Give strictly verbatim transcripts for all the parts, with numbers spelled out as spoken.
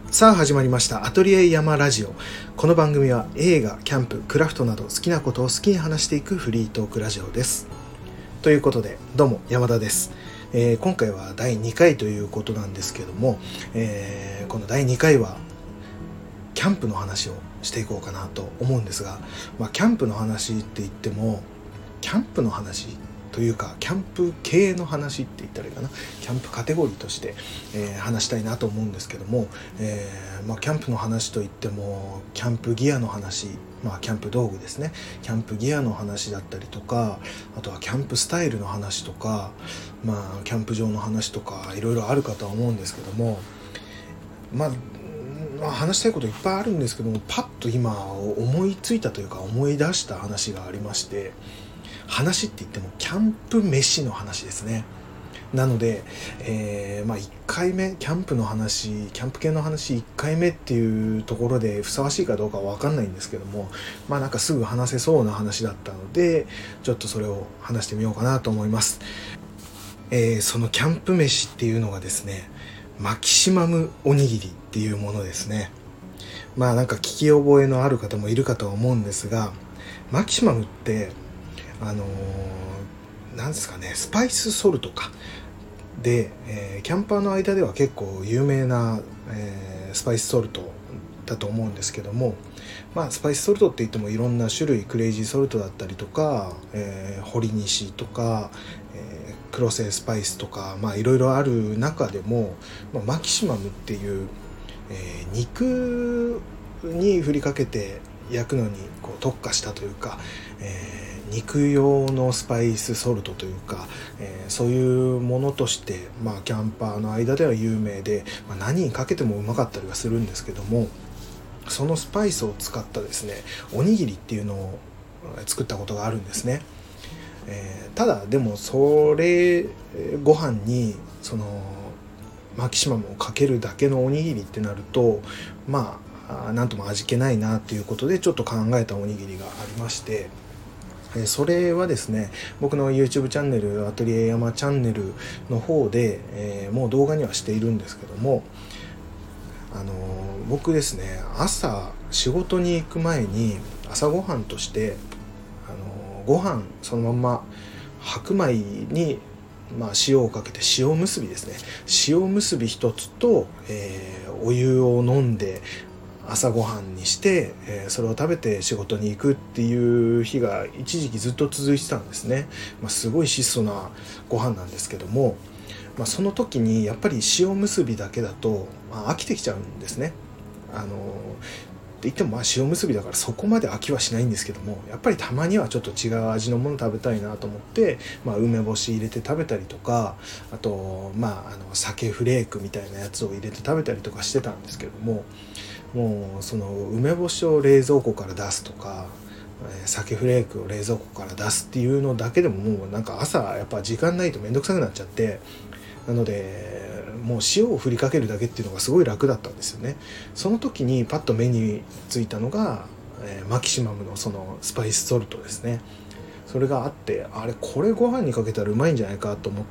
さあ始まりましたアトリエ山ラジオ。この番組は映画、キャンプ、クラフトなど好きなことを好きに話していくフリートークラジオです。ということでどうも山田です。えー、今回はだいにかいということなんですけども、えー、このだいにかいはキャンプの話をしていこうかなと思うんですが、まあ、キャンプの話って言ってもキャンプの話というかキャンプ系の話って言ったらいいかな、キャンプカテゴリーとして、えー、話したいなと思うんですけども、えーまあ、キャンプの話といってもキャンプギアの話、まあ、キャンプ道具ですね、キャンプギアの話だったりとか、あとはキャンプスタイルの話とか、まあ、キャンプ場の話とかいろいろあるかとは思うんですけども、まあまあ、話したいこといっぱいあるんですけども、パッと今思いついたというか思い出した話がありまして、話って言ってもキャンプ飯の話ですね。なので、えーまあ、いっかいめキャンプの話、キャンプ系の話いっかいめっていうところでふさわしいかどうかは分かんないんですけども、まあなんかすぐ話せそうな話だったのでちょっとそれを話してみようかなと思います。えー、そのキャンプ飯っていうのがですね、マキシマムおにぎりっていうものですね。まあなんか聞き覚えのある方もいるかとは思うんですが、マキシマムってあのー、なんですかね、スパイスソルトかで、えー、キャンパーの間では結構有名な、えー、スパイスソルトだと思うんですけども、まあスパイスソルトって言ってもいろんな種類、クレイジーソルトだったりとか、えー、ホリニシとか、えー、クロセスパイスとか、まあいろいろある中でも、まあ、マキシマムっていう、えー、肉に振りかけて焼くのにこう特化したというか、えー、肉用のスパイスソルトというか、えー、そういうものとして、まあ、キャンパーの間では有名で、まあ、何にかけてもうまかったりはするんですけども、そのスパイスを使ったですねおにぎりっていうのを作ったことがあるんですね。えー、ただでもそれご飯にそのマキシマムをかけるだけのおにぎりってなると、まあなんとも味気ないなっていうことでちょっと考えたおにぎりがありまして、それはですね、僕の YouTube チャンネル、アトリエ山チャンネルの方で、えー、もう動画にはしているんですけども、あのー、僕ですね、朝仕事に行く前に朝ごはんとして、あのー、ご飯そのまんま白米に、まあ、塩をかけて塩むすびですね、塩むすび一つと、えー、お湯を飲んで朝ごはんにして、えー、それを食べて仕事に行くっていう日が一時期ずっと続いてたんですね。まあ、すごい質素なご飯なんですけども、まあ、その時にやっぱり塩むすびだけだと、まあ、飽きてきちゃうんですね。あのって言ってもまあ塩むすびだからそこまで飽きはしないんですけども、やっぱりたまにはちょっと違う味のもの食べたいなと思って、まあ、梅干し入れて食べたりとか、あとまああの鮭フレークみたいなやつを入れて食べたりとかしてたんですけども、もうその梅干しを冷蔵庫から出すとか、鮭フレークを冷蔵庫から出すっていうのだけでももうなんか朝やっぱ時間ないとめんどくさくなっちゃって、なのでもう塩を振りかけるだけっていうのがすごい楽だったんですよね。その時にパッと目についたのが、えー、マキシマムのそのスパイスソルトですね。それがあって、あれこれご飯にかけたらうまいんじゃないかと思って、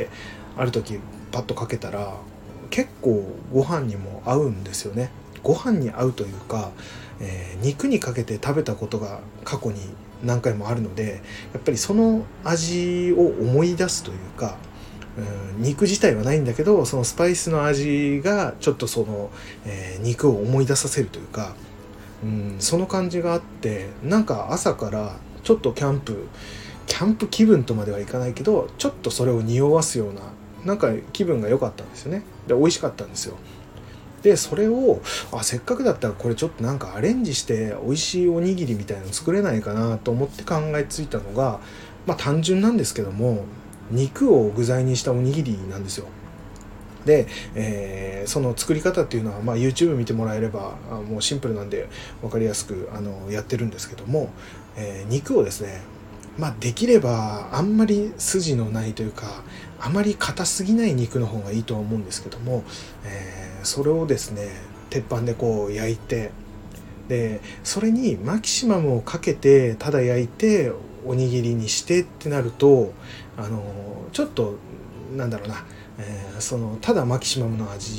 ある時パッとかけたら結構ご飯にも合うんですよね。ご飯に合うというか、えー、肉にかけて食べたことが過去に何回もあるので、やっぱりその味を思い出すというか、うん、肉自体はないんだけどそのスパイスの味がちょっとその、えー、肉を思い出させるというか、うん、その感じがあって、なんか朝からちょっとキャンプキャンプ気分とまではいかないけど、ちょっとそれを匂わすようななんか気分が良かったんですよね。で美味しかったんですよ。でそれをあせっかくだったらこれちょっとなんかアレンジして美味しいおにぎりみたいなの作れないかなと思って考えついたのが、まあ単純なんですけども肉を具材にしたおにぎりなんですよ。で、えー、その作り方っていうのは、まあ、YouTube 見てもらえればもうシンプルなんで分かりやすくあのやってるんですけども、えー、肉をですね、まあ、できればあんまり筋のないというかあまり硬すぎない肉の方がいいとは思うんですけども、えー、それをですね鉄板でこう焼いて、でそれにマキシマムをかけてただ焼いておにぎりにしてってなると、あのちょっとなんだろうな、えー、そのただマキシマムの味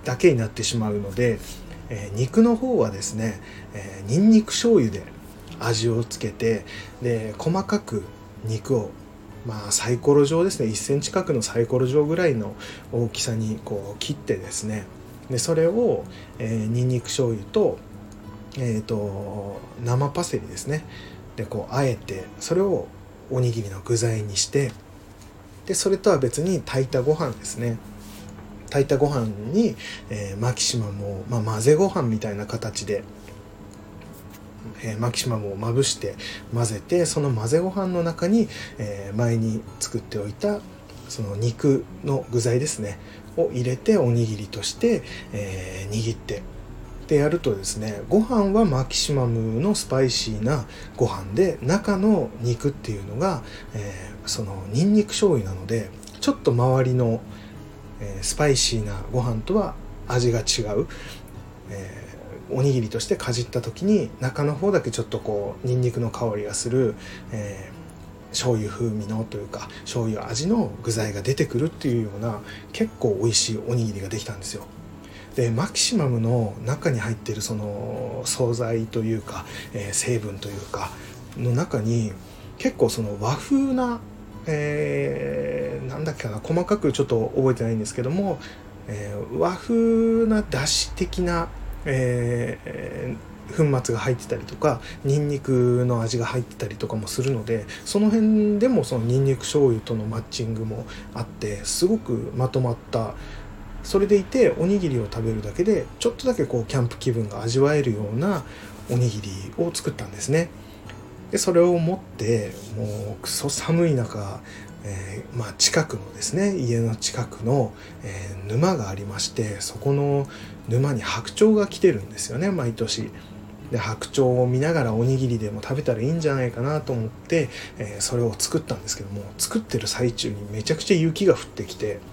だけになってしまうので、えー、肉の方はですね、えー、ニンニク醤油で味をつけて、で細かく肉をまあサイコロ状ですね、いっセンチ角のサイコロ状ぐらいの大きさにこう切ってですね、でそれを、えー、ニンニク醤油と、えー、と生パセリですねでこうあえて、それをおにぎりの具材にして、でそれとは別に炊いたご飯ですね、炊いたご飯に、えー、マキシマムを、まあ、混ぜご飯みたいな形で、えー、マキシマムをまぶして混ぜて、その混ぜご飯の中に、えー、前に作っておいたその肉の具材ですねを入れておにぎりとして、えー、握ってでやるとですね、ご飯はマキシマムのスパイシーなご飯で、中の肉っていうのが、えー、そのニンニク醤油なので、ちょっと周りの、えー、スパイシーなご飯とは味が違う、えーおにぎりとしてかじった時に中の方だけちょっとこうニンニクの香りがする、えー、醤油風味のというか醤油味の具材が出てくるっていうような結構美味しいおにぎりができたんですよ。でマキシマムの中に入っているその惣菜というか、えー、成分というかの中に結構その和風な、えー、なんだっけかな、細かくちょっと覚えてないんですけども、えー、和風なだし的なえー、粉末が入ってたりとかニンニクの味が入ってたりとかもするので、その辺でもそのニンニク醤油とのマッチングもあってすごくまとまった、それでいておにぎりを食べるだけでちょっとだけこうキャンプ気分が味わえるようなおにぎりを作ったんですね。でそれを持ってもうクソ寒い中、えーまあ、近くのですね家の近くの、えー、沼がありまして、そこの沼に白鳥が来てるんですよね、毎年。で白鳥を見ながらおにぎりでも食べたらいいんじゃないかなと思って、えー、それを作ったんですけども、作ってる最中にめちゃくちゃ雪が降ってきて、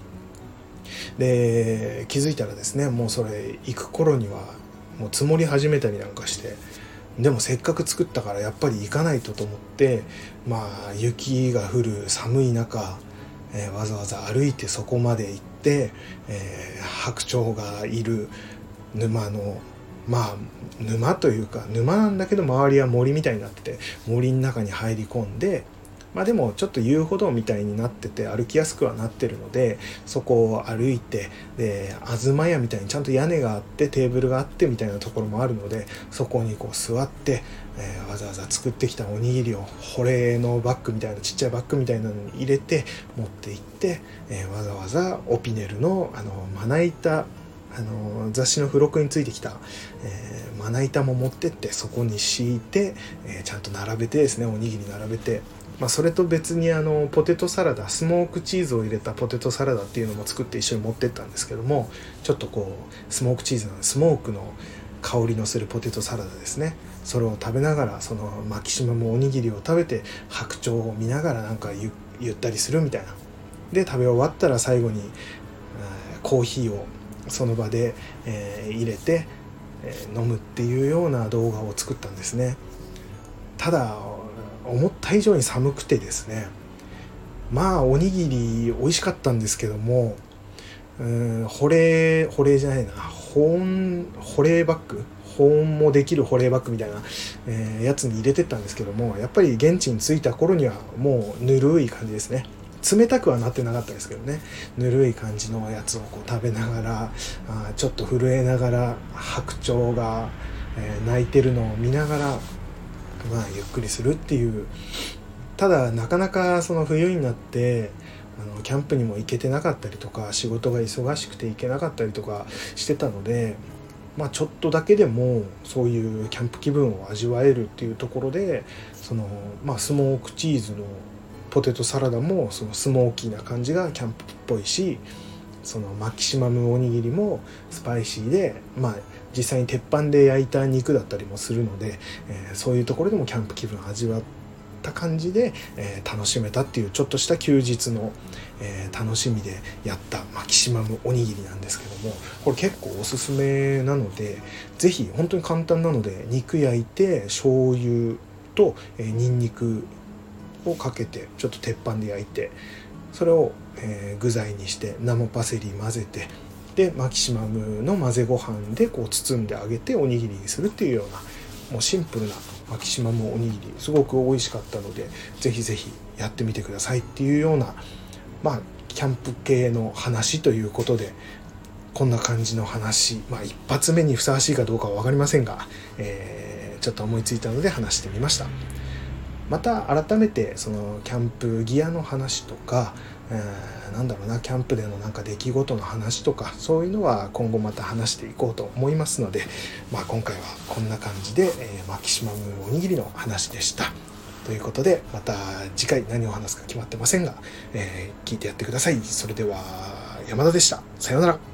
で気づいたらですね、もうそれ行く頃にはもう積もり始めたりなんかして、でもせっかく作ったからやっぱり行かないとと思って、まあ雪が降る寒い中、えー、わざわざ歩いてそこまで行って、えー、白鳥がいる沼のまあ沼というか沼なんだけど周りは森みたいになってて、森の中に入り込んで、まあでもちょっと遊歩道みたいになってて歩きやすくはなってるので、そこを歩いて、で東屋みたいにちゃんと屋根があってテーブルがあってみたいなところもあるので、そこにこう座って、えー、わざわざ作ってきたおにぎりを保冷のバッグみたいなちっちゃいバッグみたいなのに入れて持って行って、えー、わざわざオピネルのあのまな板、あの雑誌の付録についてきた、えー、まな板も持ってってそこに敷いて、えー、ちゃんと並べてですね、おにぎり並べて、まあ、それと別にあのポテトサラダ、スモークチーズを入れたポテトサラダっていうのも作って一緒に持ってったんですけども、ちょっとこうスモークチーズのスモークの香りのするポテトサラダですね、それを食べながらそのマキシマムおにぎりを食べて白鳥を見ながらなんか ゆ, ゆったりするみたいな。で食べ終わったら最後に、えー、コーヒーをその場で、えー、入れて、えー、飲むっていうような動画を作ったんですね。ただ思った以上に寒くてですね、まあおにぎり美味しかったんですけども、うーん保冷保冷じゃないな保温保冷バッグ保温もできる保冷バッグみたいな、えー、やつに入れてったんですけども、やっぱり現地に着いた頃にはもうぬるい感じですね。冷たくはなってなかったですけどね、ぬるい感じのやつをこう食べながら、あちょっと震えながら白鳥が、えー、鳴いてるのを見ながら、まあ、ゆっくりするっていう。ただなかなかその冬になってあのキャンプにも行けてなかったりとか、仕事が忙しくて行けなかったりとかしてたので、まあ、ちょっとだけでもそういうキャンプ気分を味わえるっていうところで、その、まあ、スモークチーズのポテトサラダもそのスモーキーな感じがキャンプっぽいし、そのマキシマムおにぎりもスパイシーで、まあ実際に鉄板で焼いた肉だったりもするので、えー、そういうところでもキャンプ気分を味わった感じで、えー、楽しめたっていうちょっとした休日の、えー、楽しみでやったマキシマムおにぎりなんですけども、これ結構おすすめなので、ぜひ本当に簡単なので肉焼いて醤油と、えー、ニンニクをかけてちょっと鉄板で焼いて、それを、えー、具材にして生パセリ混ぜてでマキシマムの混ぜご飯でこう包んであげておにぎりにするっていうような、もうシンプルなマキシマムおにぎり、すごく美味しかったのでぜひぜひやってみてくださいっていうような、まあキャンプ系の話ということで、こんな感じの話、まあ一発目にふさわしいかどうかは分かりませんが、えー、ちょっと思いついたので話してみました。また改めてそのキャンプギアの話とか、えー、なんだろうな、キャンプでのなんか出来事の話とか、そういうのは今後また話していこうと思いますので、まあ、今回はこんな感じで、えー、マキシマムおにぎりの話でした。ということで、また次回何を話すか決まってませんが、えー、聞いてやってください。それでは山田でした。さようなら。